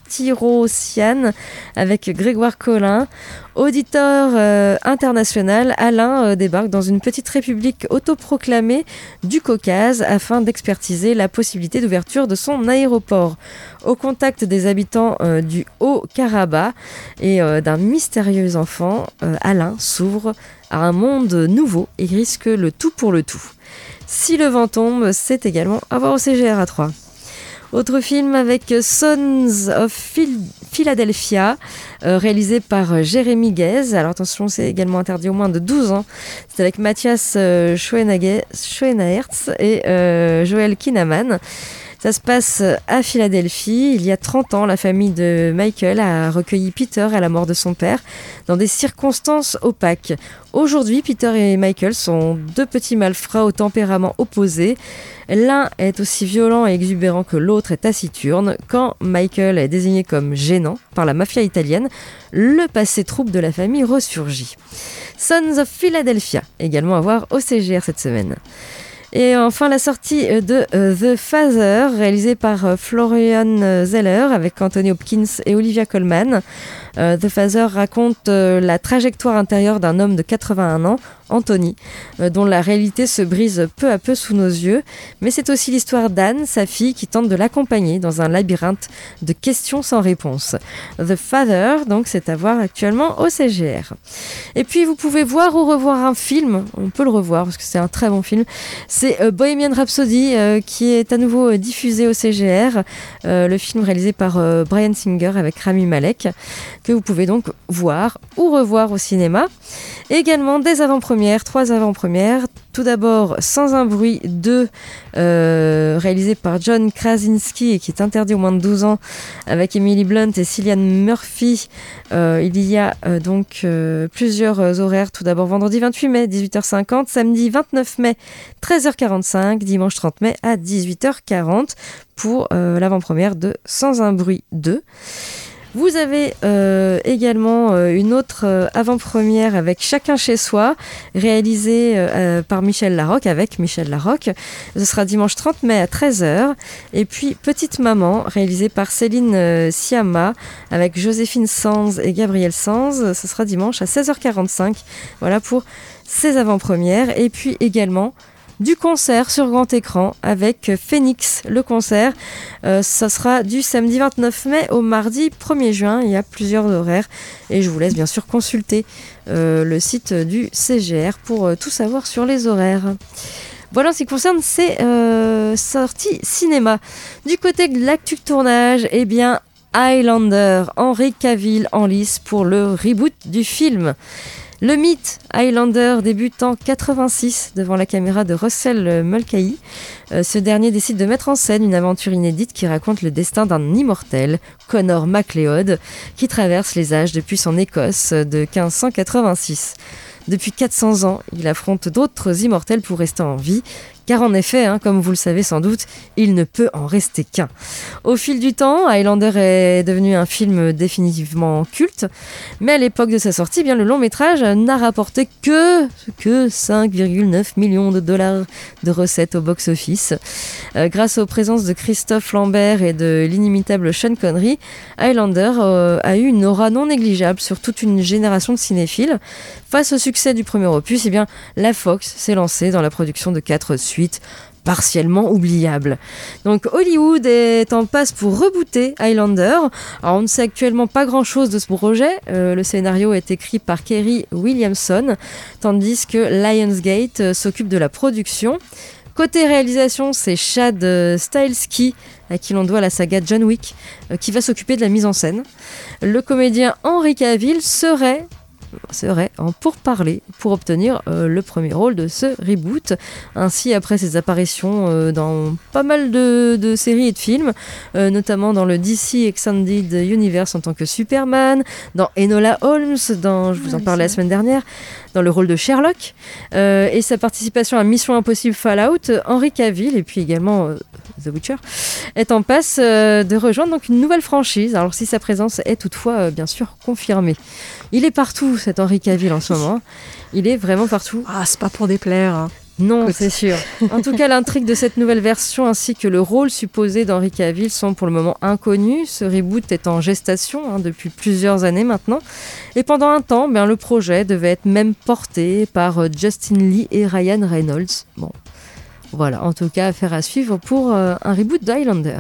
Martirosyan avec Grégoire Collin. Auditeur euh, international, Alain euh, débarque dans une petite république autoproclamée du Caucase afin d'expertiser la possibilité d'ouverture de son aéroport. Au contact des habitants euh, du Haut-Karabakh et euh, d'un mystérieux enfant, euh, Alain s'ouvre à un monde nouveau et risque le tout pour le tout. Si le vent tombe, c'est également à voir au C G R à trois. Autre film avec Sons of Phil- Philadelphia, euh, réalisé par Jérémy Guez. Alors attention, c'est également interdit au moins de douze ans. C'est avec Mathias euh, Schoenaerts et euh, Joel Kinnaman. Ça se passe à Philadelphie. Il y a trente ans, la famille de Michael a recueilli Peter à la mort de son père dans des circonstances opaques. Aujourd'hui, Peter et Michael sont deux petits malfrats au tempérament opposé. L'un est aussi violent et exubérant que l'autre est taciturne. Quand Michael est désigné comme gênant par la mafia italienne, le passé trouble de la famille ressurgit. Sons of Philadelphia, également à voir au C G R cette semaine. Et enfin, la sortie de uh, The Father, réalisée par uh, Florian Zeller avec Anthony Hopkins et Olivia Colman. Uh, The Father raconte uh, la trajectoire intérieure d'un homme de quatre-vingt-un ans, Anthony, uh, dont la réalité se brise peu à peu sous nos yeux. Mais c'est aussi l'histoire d'Anne, sa fille, qui tente de l'accompagner dans un labyrinthe de questions sans réponse. The Father, donc, c'est à voir actuellement au C G R. Et puis, vous pouvez voir ou revoir un film. On peut le revoir parce que c'est un très bon film. C'est euh, Bohemian Rhapsody euh, qui est à nouveau euh, diffusé au C G R. Euh, le film réalisé par euh, Bryan Singer avec Rami Malek, que vous pouvez donc voir ou revoir au cinéma. Également des avant-premières, trois avant-premières. Tout d'abord, Sans un bruit deux, euh, réalisé par John Krasinski et qui est interdit aux moins de douze ans, avec Emily Blunt et Cillian Murphy. Euh, il y a euh, donc euh, plusieurs euh, horaires. Tout d'abord, vendredi vingt-huit mai, dix-huit heures cinquante, samedi vingt-neuf mai, treize heures quarante-cinq, dimanche trente mai à dix-huit heures quarante pour euh, l'avant-première de Sans un bruit deux. Vous avez euh, également euh, une autre euh, avant-première avec Chacun chez soi, réalisée euh, par Michel Larocque, avec Michel Larocque. Ce sera dimanche trente mai à treize heures. Et puis Petite Maman, réalisée par Céline euh, Sciamma, avec Joséphine Sanz et Gabriel Sanz. Ce sera dimanche à seize heures quarante-cinq. Voilà pour ces avant-premières. Et puis également du concert sur grand écran avec Phoenix, le concert. Euh, ça sera du samedi vingt-neuf mai au mardi premier juin. Il y a plusieurs horaires et je vous laisse bien sûr consulter euh, le site du C G R pour euh, tout savoir sur les horaires. Voilà en ce qui concerne ces euh, sorties cinéma. Du côté de l'actu tournage, eh bien Highlander, Henry Cavill en lice pour le reboot du film. Le mythe Highlander débute en quatre-vingt-six devant la caméra de Russell Mulcahy. Euh, ce dernier décide de mettre en scène une aventure inédite qui raconte le destin d'un immortel, Connor MacLeod, qui traverse les âges depuis son Écosse de quinze cent quatre-vingt-six. Depuis quatre cents ans, il affronte d'autres immortels pour rester en vie, car en effet, hein, comme vous le savez sans doute, il ne peut en rester qu'un. Au fil du temps, Highlander est devenu un film définitivement culte, mais à l'époque de sa sortie, eh bien, le long métrage n'a rapporté que, que cinq virgule neuf millions de dollars de recettes au box-office. Euh, grâce aux présences de Christophe Lambert et de l'inimitable Sean Connery, Highlander euh, a eu une aura non négligeable sur toute une génération de cinéphiles. Face au succès du premier opus, eh bien, la Fox s'est lancée dans la production de quatre suites partiellement oubliables. Donc Hollywood est en passe pour rebooter Highlander. Alors on ne sait actuellement pas grand-chose de ce projet. Euh, le scénario est écrit par Kerry Williamson, tandis que Lionsgate euh, s'occupe de la production. Côté réalisation, c'est Chad euh, Stahelski, à qui l'on doit la saga John Wick, euh, qui va s'occuper de la mise en scène. Le comédien Henry Cavill serait... serait en pourparlers pour obtenir euh, le premier rôle de ce reboot. Ainsi, après ses apparitions euh, dans pas mal de, de séries et de films, euh, notamment dans le D C Extended Universe en tant que Superman, dans Enola Holmes, dans, je vous en parlais la semaine dernière, dans le rôle de Sherlock, euh, et sa participation à Mission Impossible Fallout, Henry Cavill, et puis également euh, The Witcher, est en passe euh, de rejoindre donc une nouvelle franchise, alors si sa présence est toutefois euh, bien sûr confirmée. Il est partout, cet Henry Cavill en ce moment. Il est vraiment partout. Ah, c'est pas pour déplaire. Hein. Non, c'est sûr. En tout cas, l'intrigue de cette nouvelle version ainsi que le rôle supposé d'Henry Cavill sont pour le moment inconnus. Ce reboot est en gestation hein, depuis plusieurs années maintenant. Et pendant un temps, bien, le projet devait être même porté par euh, Justin Lee et Ryan Reynolds. Bon, voilà, en tout cas, affaire à suivre pour euh, un reboot d'Highlander.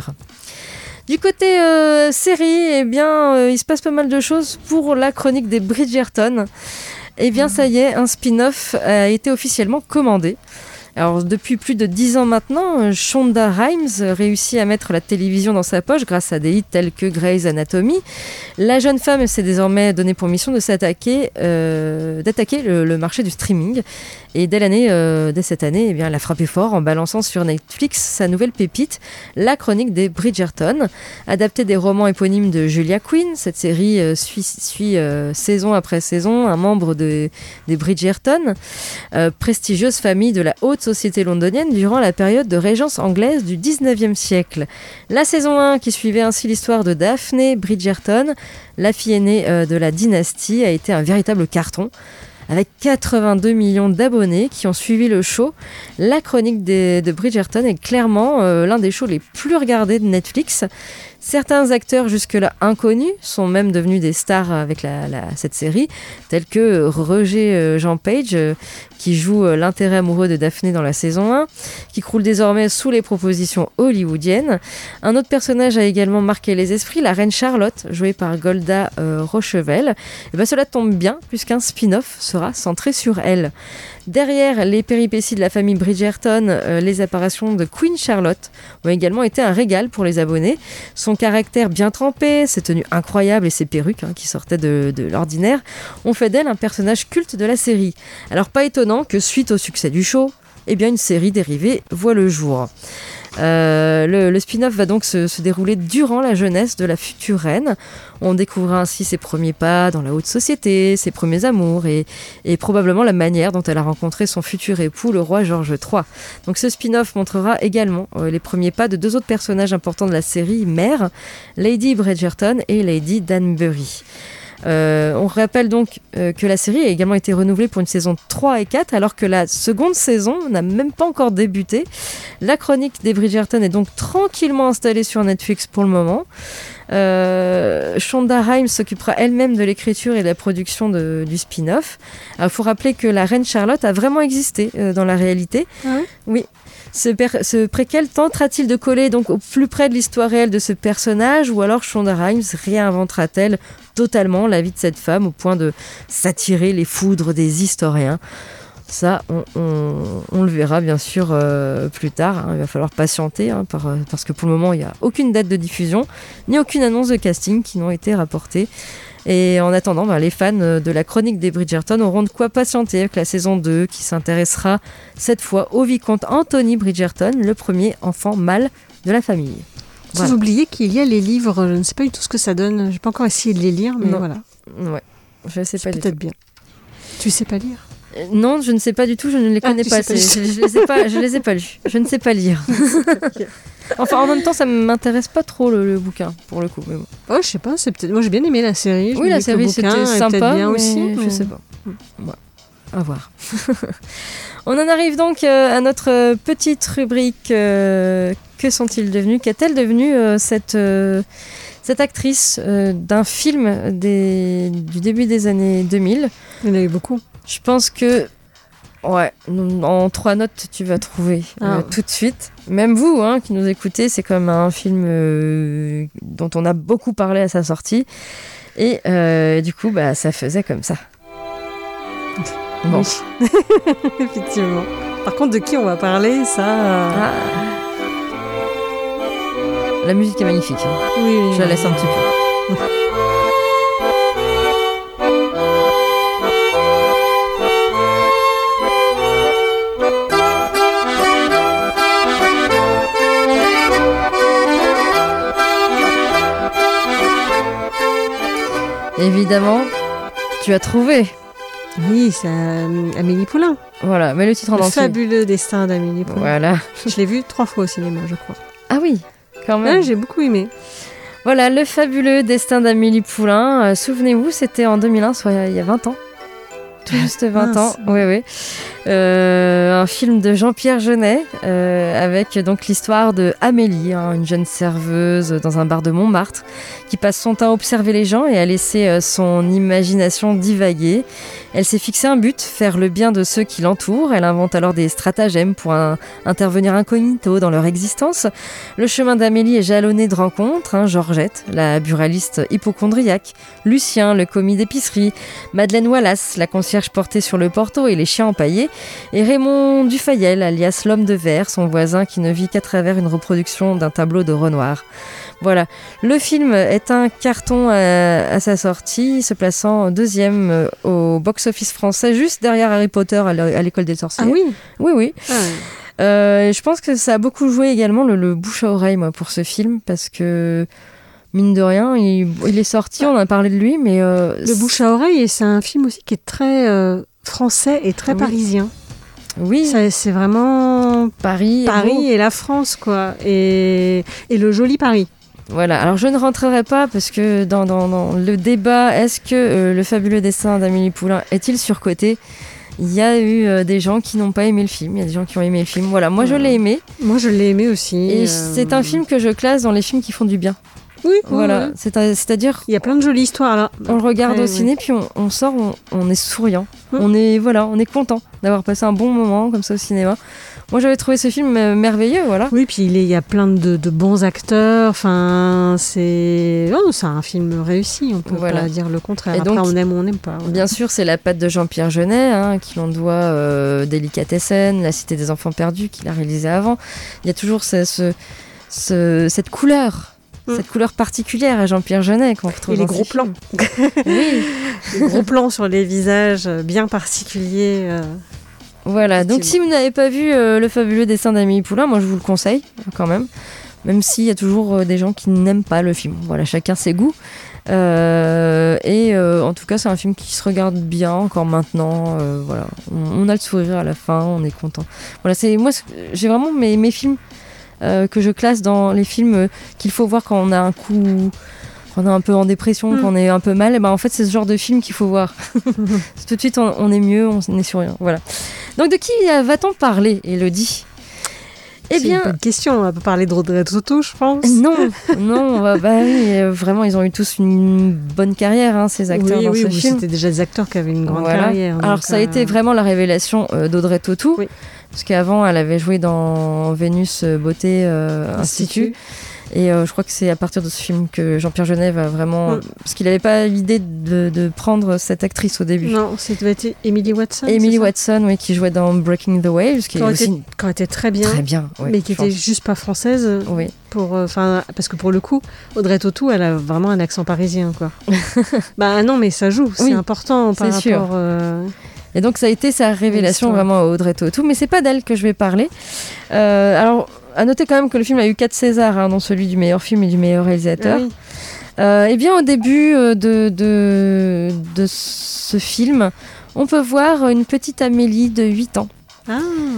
Du côté euh, série, eh bien, euh, il se passe pas mal de choses pour la chronique des Bridgerton. Eh bien, ça y est, un spin-off a été officiellement commandé. Alors, depuis plus de dix ans maintenant, Shonda Rhimes réussit à mettre la télévision dans sa poche grâce à des hits tels que Grey's Anatomy. La jeune femme s'est désormais donnée pour mission de s'attaquer, euh, d'attaquer le, le marché du streaming. Et dès, l'année, euh, dès cette année, eh bien, elle a frappé fort en balançant sur Netflix sa nouvelle pépite, La Chronique des Bridgerton, adaptée des romans éponymes de Julia Quinn. Cette série euh, suit, suit euh, saison après saison un membre de, des Bridgerton, euh, prestigieuse famille de la haute société londonienne durant la période de régence anglaise du dix-neuvième siècle. La saison un, qui suivait ainsi l'histoire de Daphne Bridgerton, la fille aînée euh, de la dynastie, a été un véritable carton. Avec quatre-vingt-deux millions d'abonnés qui ont suivi le show, La Chronique des, de Bridgerton est clairement euh, l'un des shows les plus regardés de Netflix. Certains acteurs jusque-là inconnus sont même devenus des stars avec la, la, cette série, tels que Roger euh, Jean Page, euh, qui joue euh, l'intérêt amoureux de Daphné dans la saison un, qui croule désormais sous les propositions hollywoodiennes. Un autre personnage a également marqué les esprits, la reine Charlotte, jouée par Golda euh, Rochevelle. Et ben, cela tombe bien, puisqu'un spin-off sera centré sur elle. Derrière les péripéties de la famille Bridgerton, euh, les apparitions de Queen Charlotte ont également été un régal pour les abonnés. Son caractère bien trempé, ses tenues incroyables et ses perruques hein, qui sortaient de, de l'ordinaire ont fait d'elle un personnage culte de la série. Alors pas étonnant que suite au succès du show, eh bien une série dérivée voit le jour. Euh, le, le spin-off va donc se, se dérouler durant la jeunesse de la future reine. On découvrira ainsi ses premiers pas dans la haute société, ses premiers amours et, et probablement la manière dont elle a rencontré son futur époux, le roi George trois. Donc ce spin-off montrera également euh, les premiers pas de deux autres personnages importants de la série mère, Lady Bridgerton et Lady Danbury. Euh, on rappelle donc euh, que la série a également été renouvelée pour une saison trois et quatre, alors que la seconde saison n'a même pas encore débuté. La chronique des Bridgerton est donc tranquillement installée sur Netflix pour le moment. Euh, Shonda Rhimes s'occupera elle-même de l'écriture et de la production de, du spin-off. Il faut rappeler que la reine Charlotte a vraiment existé euh, dans la réalité. Ah oui, oui. Ce, per- ce préquel tentera-t-il de coller donc au plus près de l'histoire réelle de ce personnage, ou alors Shonda Rhimes réinventera-t-elle totalement la vie de cette femme au point de s'attirer les foudres des historiens? Ça, on, on, on le verra bien sûr euh, plus tard. Hein. Il va falloir patienter hein, par, parce que pour le moment, il n'y a aucune date de diffusion, ni aucune annonce de casting qui n'ont été rapportées. Et en attendant, ben, les fans de la chronique des Bridgerton auront de quoi patienter avec la saison deux qui s'intéressera cette fois au vicomte Anthony Bridgerton, le premier enfant mâle de la famille. Sans voilà. oublier qu'il y a les livres, je ne sais pas du tout ce que ça donne, je n'ai pas encore essayé de les lire, mais non. voilà. Ouais, je ne sais pas C'est du peut-être tout. bien. Tu sais pas lire? euh, Non, je ne sais pas du tout, je ne les ah, connais pas. pas je, je, les ai pas. Je les ai pas lus, je ne sais pas lire. Enfin, en même temps, ça ne m'intéresse pas trop le, le bouquin, pour le coup. Mais bon. Oh, je sais pas, c'est peut-être... Moi, j'ai bien aimé la série. Je oui, la série, c'était sympa, bien mais aussi, je mais... sais pas. Ouais. À voir. On en arrive donc euh, à notre petite rubrique euh, que sont-ils devenus? Qu'est-elle devenue euh, cette, euh, cette actrice euh, d'un film des, du début des années deux mille? Il y en a eu beaucoup. Je pense que ouais, en trois notes, tu vas trouver ah, euh, ouais. tout de suite. Même vous hein, qui nous écoutez, c'est comme un film euh, dont on a beaucoup parlé à sa sortie. Et euh, du coup, bah, ça faisait comme ça. Bon. Oui. Effectivement. Par contre, de qui on va parler, ça... Ah. La musique est magnifique. Hein. Oui, oui. Je la laisse un petit peu. Évidemment, tu as trouvé. Oui, c'est euh, Amélie Poulain. Voilà, mais le titre en le entier. Le fabuleux destin d'Amélie Poulain. Voilà. Je l'ai vu trois fois au cinéma, je crois. Ah oui, quand même. Ouais, j'ai beaucoup aimé. Voilà, le fabuleux destin d'Amélie Poulain. Euh, souvenez-vous, c'était en deux mille un, soit il y a vingt ans. Tout juste vingt ans, oui, oui. Euh, un film de Jean-Pierre Jeunet, euh, avec donc l'histoire de Amélie, hein, une jeune serveuse dans un bar de Montmartre, qui passe son temps à observer les gens et à laisser euh, son imagination divaguer. Elle s'est fixé un but, faire le bien de ceux qui l'entourent. Elle invente alors des stratagèmes pour un, intervenir incognito dans leur existence. Le chemin d'Amélie est jalonné de rencontres. Hein, Georgette, la buraliste hypocondriaque, Lucien, le commis d'épicerie, Madeleine Wallace, la concierge portée sur le porto et les chiens empaillés, et Raymond Dufayel, alias l'homme de verre, son voisin qui ne vit qu'à travers une reproduction d'un tableau de Renoir. Voilà, le film est un carton à, à sa sortie, se plaçant deuxième au box-office français, juste derrière Harry Potter à l'école des sorciers. Ah oui Oui, oui. Ah oui. Euh, je pense que ça a beaucoup joué également le, le bouche à oreille moi, pour ce film, parce que mine de rien, il, il est sorti, on a parlé de lui, mais... Euh, le bouche à oreille, et c'est un film aussi qui est très euh, français et très oui. parisien. Oui. Ça, c'est vraiment Paris, Paris et la France, quoi. Et, et le joli Paris. Voilà, alors je ne rentrerai pas parce que dans, dans, dans le débat, est-ce que euh, le fabuleux destin d'Amélie Poulain est-il surcoté ? Il y a eu euh, des gens qui n'ont pas aimé le film, il y a des gens qui ont aimé le film. Voilà, moi je l'ai aimé. Moi je l'ai aimé aussi. Et euh... c'est un film que je classe dans les films qui font du bien. Oui, Voilà, oui. C'est à- c'est-à-dire Il y a plein de jolies histoires là. on le regarde Ouais, au ouais. ciné, puis on, on sort, on, on est souriant. Mm. On est voilà, on est content d'avoir passé un bon moment comme ça au cinéma. Moi, j'avais trouvé ce film euh, merveilleux, voilà. Oui, puis il est- il y a plein de, de bons acteurs. Enfin, c'est oh, c'est un film réussi. On peut Voilà. pas dire le contraire. Et Après, donc, on aime ou on n'aime pas. Voilà. Bien sûr, c'est la patte de Jean-Pierre Jeunet, hein, qui l'on doit euh, Délicatessen, La Cité des Enfants Perdus, qu'il a réalisé avant. Il y a toujours ce, ce- ce- cette couleur, Mm. cette couleur particulière à Jean-Pierre Jeunet qu'on retrouve Et les dans gros ses films. oui, les gros plans sur les visages euh, bien particuliers. euh. Voilà, donc si Effectivement. vous n'avez pas vu euh, Le fabuleux destin d'Amélie Poulain, moi je vous le conseille quand même, même s'il y a toujours euh, des gens qui n'aiment pas le film. Voilà, chacun ses goûts. Euh, et euh, en tout cas, c'est un film qui se regarde bien encore maintenant. Euh, voilà, on, on a le sourire à la fin, on est content. Voilà, c'est moi, ce- j'ai vraiment mes, mes films euh, que je classe dans les films euh, qu'il faut voir quand on a un coup. Quand on est un peu en dépression, Mm. qu'on est un peu mal, et ben en fait c'est ce genre de film qu'il faut voir. Tout de suite on, on est mieux, on est sur rien. Voilà. Donc de qui euh, va-t-on parler, Élodie ? Eh C'est bien, une bonne question. On va pas parler de Audrey Tautou, je pense. non, non, bah, bah oui, euh, vraiment ils ont eu tous une bonne carrière, hein, ces acteurs oui, dans oui, ce oui, film. c'était déjà des acteurs qui avaient une grande Voilà. carrière. Alors donc, ça a euh, été vraiment la révélation euh, d'Audrey Tautou, Oui. parce qu'avant elle avait joué dans Vénus Beauté euh, Institut. Et euh, je crois que c'est à partir de ce film que Jean-Pierre Jeunet va vraiment... Mm. Parce qu'il n'avait pas l'idée de, de prendre cette actrice au début. Non, c'était Emily Watson. Emily c'est ça Watson, oui, qui jouait dans Breaking the Waves, qui Qui est aurait aussi été, qui aurait été très bien, très bien. oui, mais qui je pense. était juste pas française. Oui. Pour, euh, 'fin, parce que pour le coup, Audrey Tautou, elle a vraiment un accent parisien, quoi. Bah non, mais ça joue, c'est Oui, important par c'est sûr. rapport. euh, Et donc ça a été sa révélation L'histoire. vraiment à Audrey Tautou, mais c'est pas d'elle que je vais parler. Euh, alors, à noter quand même que le film a eu quatre Césars, hein, dont celui du meilleur film et du meilleur réalisateur. oui. Euh, et bien au début euh, de, de, de ce film, on peut voir une petite Amélie de huit ans. Ah,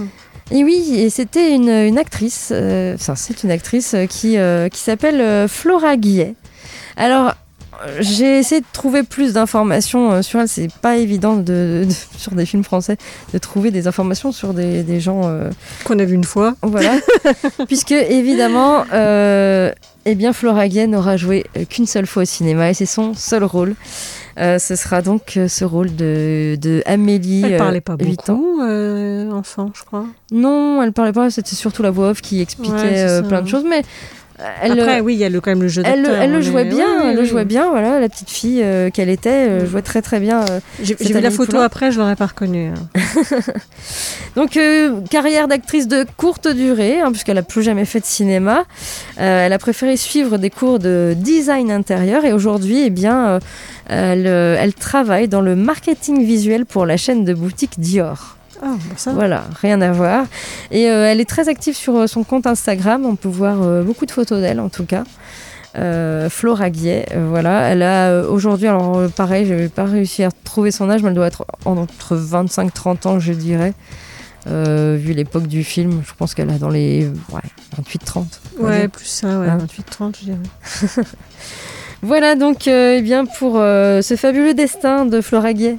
Et oui, et c'était une, une actrice, euh, enfin c'est une actrice euh, qui, euh, qui s'appelle euh, Flora Guillet. Alors, euh, j'ai essayé de trouver plus d'informations euh, sur elle, c'est pas évident de, de- sur des films français de trouver des informations sur des, des gens... euh, qu'on a vu une fois. voilà, puisque évidemment, euh, eh bien Flora Guillet n'aura joué euh, qu'une seule fois au cinéma et c'est son seul rôle. Euh, ce sera donc euh, ce rôle de, de Amélie. Elle euh, parlait pas huit ans. beaucoup, euh, enfant, je crois. Non, elle parlait pas, c'était surtout la voix off qui expliquait Ouais, c'est euh, ça. plein de choses, mais euh, elle, Après, oui, il y a le, quand même le jeu elle, d'acteur. elle le mais- jouait bien, oui, oui, elle le oui. jouait bien, voilà, la petite fille euh, qu'elle était, euh, jouait très très bien. euh. J'ai Cette j'ai vu la Amélie photo Poulain. après, je l'aurais pas reconnue. hein. Donc, euh, carrière d'actrice de courte durée, hein, puisqu'elle n'a plus jamais fait de cinéma. Euh, elle a préféré suivre des cours de design intérieur et aujourd'hui, eh bien, euh, elle, euh, elle travaille dans le marketing visuel pour la chaîne de boutique Dior. Ah, bon, ça. Voilà, rien à voir. Et euh, elle est très active sur euh, son compte Instagram. On peut voir euh, beaucoup de photos d'elle, en tout cas. Euh, Flora Guillet, euh, voilà. Elle a euh, aujourd'hui, alors euh, pareil, je n'ai pas réussi à trouver son âge, mais elle doit être en- entre vingt-cinq et trente ans, je dirais. Euh, vu l'époque du film, je pense qu'elle a dans les ouais, vingt-huit trente. Ouais, plus ça, ouais, Hein. vingt-huit trente, je dirais. Voilà donc euh, eh bien pour euh, ce fabuleux destin de Flora Guillet.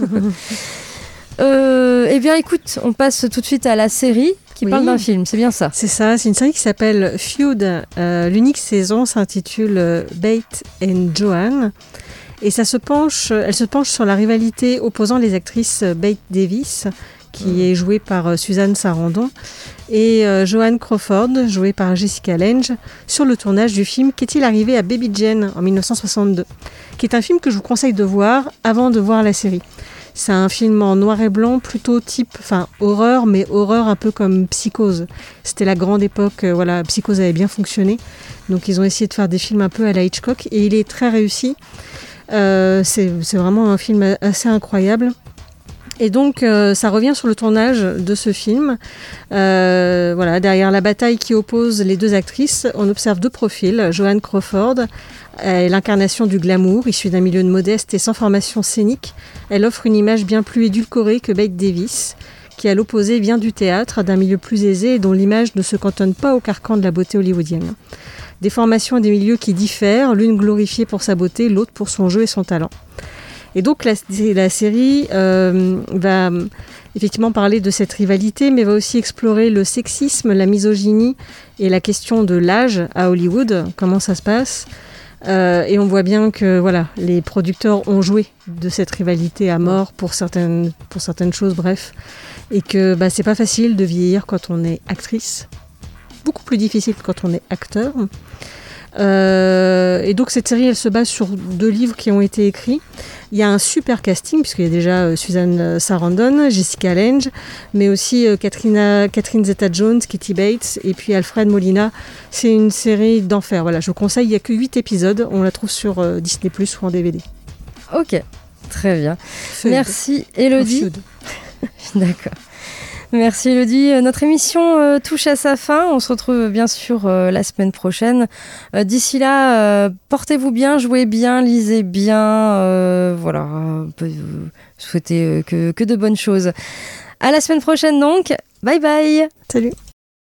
euh, eh bien écoute, on passe tout de suite à la série qui Oui. parle d'un film, c'est bien ça. C'est ça, c'est une série qui s'appelle Feud. Euh, L'unique saison s'intitule euh, Bate and Joan. Et ça se penche, elle se penche sur la rivalité opposant les actrices euh, Bate Davis, qui est jouée par euh, Suzanne Sarandon, et euh, Joan Crawford, jouée par Jessica Lange, sur le tournage du film Qu'est-il arrivé à Baby Jane en dix-neuf cent soixante-deux, qui est un film que je vous conseille de voir avant de voir la série. C'est un film en noir et blanc, plutôt type, enfin horreur, mais horreur un peu comme Psychose. C'était la grande époque, euh, voilà, Psychose avait bien fonctionné, donc ils ont essayé de faire des films un peu à la Hitchcock, et il est très réussi. Euh, c'est, c'est vraiment un film assez incroyable. Et donc, euh, ça revient sur le tournage de ce film. Euh, voilà, derrière la bataille qui oppose les deux actrices, on observe deux profils. Joan Crawford est l'incarnation du glamour, issue d'un milieu modeste et sans formation scénique. Elle offre une image bien plus édulcorée que Bette Davis, qui à l'opposé vient du théâtre, d'un milieu plus aisé et dont l'image ne se cantonne pas au carcan de la beauté hollywoodienne. Des formations et des milieux qui diffèrent, l'une glorifiée pour sa beauté, l'autre pour son jeu et son talent. Et donc la, la série euh, va effectivement parler de cette rivalité, mais va aussi explorer le sexisme, la misogynie et la question de l'âge à Hollywood, comment ça se passe. Euh, et on voit bien que voilà, les producteurs ont joué de cette rivalité à mort pour certaines, pour certaines choses, bref. Et que bah, c'est pas facile de vieillir quand on est actrice. Beaucoup plus difficile quand on est acteur. Euh, et donc cette série, elle se base sur deux livres qui ont été écrits. Il y a un super casting, puisqu'il y a déjà euh, Susan Sarandon, Jessica Lange, mais aussi euh, Katrina, Catherine Zeta-Jones, Katie Bates, et puis Alfred Molina. C'est une série d'enfer. Voilà, je vous conseille, il n'y a que huit épisodes. On la trouve sur euh, Disney plus, ou en D V D. Ok, très bien. Feud. Merci Élodie. D'accord. Merci Élodie. Notre émission euh, touche à sa fin. On se retrouve bien sûr euh, la semaine prochaine. Euh, d'ici là, euh, portez-vous bien, jouez bien, lisez bien. Euh, voilà, on peut vous souhaiter euh, que, que de bonnes choses. À la semaine prochaine donc. Bye bye. Salut.